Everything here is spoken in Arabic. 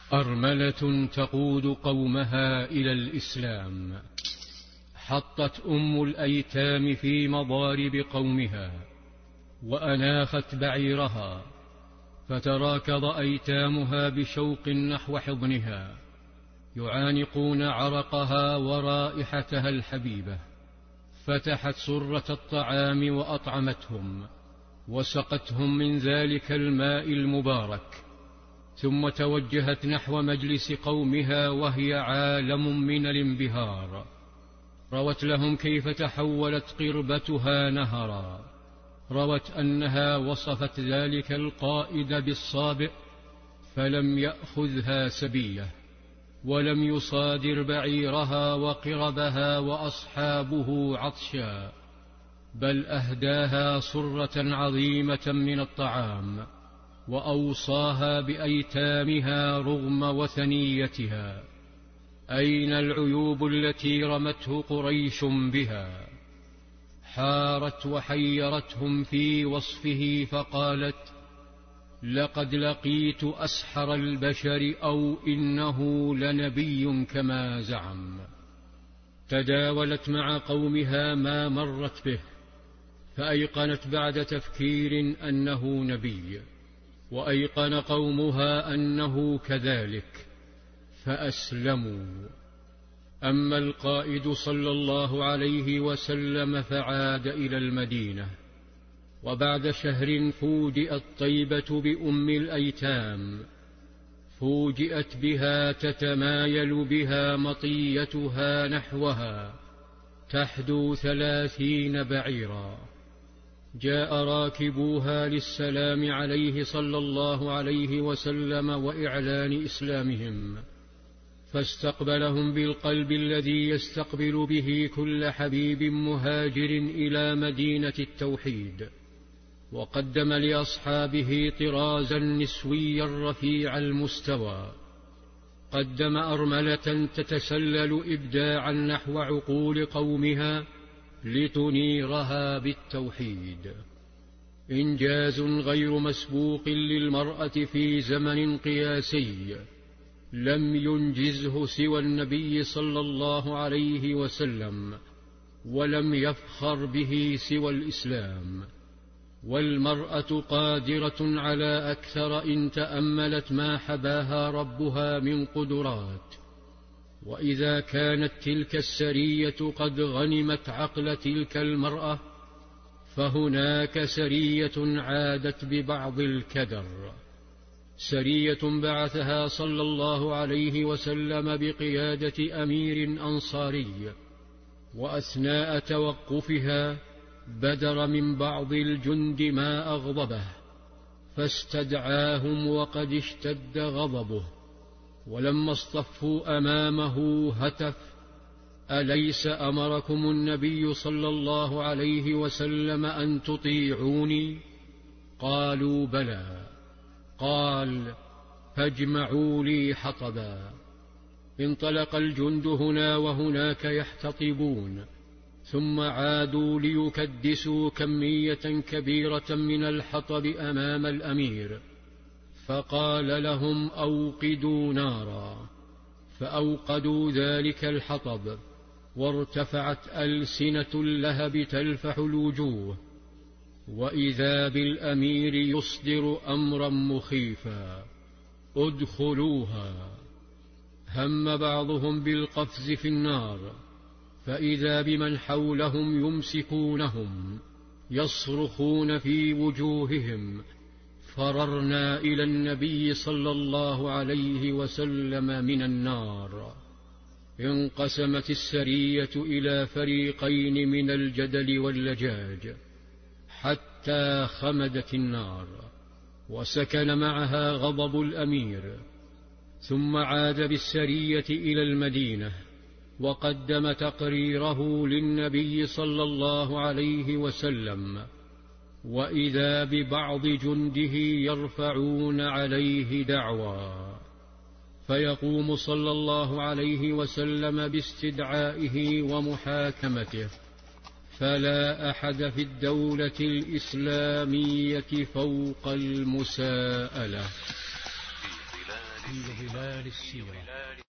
أرملة تقود قومها إلى الإسلام. حطت أم الأيتام في مضارب قومها وأناخت بعيرها، فتراكض أيتامها بشوق نحو حضنها يعانقون عرقها ورائحتها الحبيبة. فتحت سرة الطعام وأطعمتهم وسقتهم من ذلك الماء المبارك، ثم توجهت نحو مجلس قومها وهي عالم من الانبهار. روت لهم كيف تحولت قربتها نهرا، روت أنها وصفت ذلك القائد بالصابئ فلم يأخذها سبية، ولم يصادر بعيرها وقربها وأصحابه عطشا، بل أهداها صرة عظيمة من الطعام، وأوصاها بأيتامها رغم وثنيتها. أين العيوب التي رمته قريش بها؟ حارت وحيرتهم في وصفه فقالت: لقد لقيت أسحر البشر، أو إنه لنبي كما زعم. تداولت مع قومها ما مرت به، فأيقنت بعد تفكير أنه نبي، وأيقن قومها أنه كذلك، فأسلموا. أما القائد صلى الله عليه وسلم فعاد إلى المدينة، وبعد شهر فوجئت طيبة بأم الأيتام، فوجئت بها تتمايل بها مطيتها نحوها تحدو 30 بعيرا. جاء راكبوها للسلام عليه صلى الله عليه وسلم وإعلان إسلامهم، فاستقبلهم بالقلب الذي يستقبل به كل حبيب مهاجر إلى مدينة التوحيد، وقدم لأصحابه طرازا نسويا رفيع المستوى. قدم أرملة تتسلل إبداعا نحو عقول قومها لتنيرها بالتوحيد، إنجاز غير مسبوق للمرأة في زمن قياسي لم ينجزه سوى النبي صلى الله عليه وسلم، ولم يفخر به سوى الإسلام. والمرأة قادرة على أكثر إن تأملت ما حباها ربها من قدرات. وإذا كانت تلك السرية قد غنمت عقل تلك المرأة، فهناك سرية عادت ببعض الكدر، سرية بعثها صلى الله عليه وسلم بقيادة أمير أنصاري، وأثناء توقفها بدر من بعض الجند ما أغضبه، فاستدعاهم وقد اشتد غضبه، ولما اصطفوا أمامه هتف: أليس أمركم النبي صلى الله عليه وسلم أن تطيعوني؟ قالوا: بلى. قال: فاجمعوا لي حطبا. انطلق الجند هنا وهناك يحتطبون، ثم عادوا ليكدسوا كمية كبيرة من الحطب أمام الأمير، فقال لهم: أوقدوا نارا. فأوقدوا ذلك الحطب، وارتفعت ألسنة اللهب تلفح الوجوه، وإذا بالأمير يصدر أمرا مخيفا: ادخلوها. هم بعضهم بالقفز في النار، فإذا بمن حولهم يمسكونهم يصرخون في وجوههم: فررنا إلى النبي صلى الله عليه وسلم من النار. انقسمت السرية إلى فريقين من الجدل واللجاج، حتى خمدت النار، وسكن معها غضب الأمير. ثم عاد بالسرية إلى المدينة، وقدم تقريره للنبي صلى الله عليه وسلم، وإذا ببعض جنده يرفعون عليه دعوى، فيقوم صلى الله عليه وسلم باستدعائه ومحاكمته. فلا أحد في الدولة الإسلامية فوق المساءلة. في ظلال ظلال السيرة.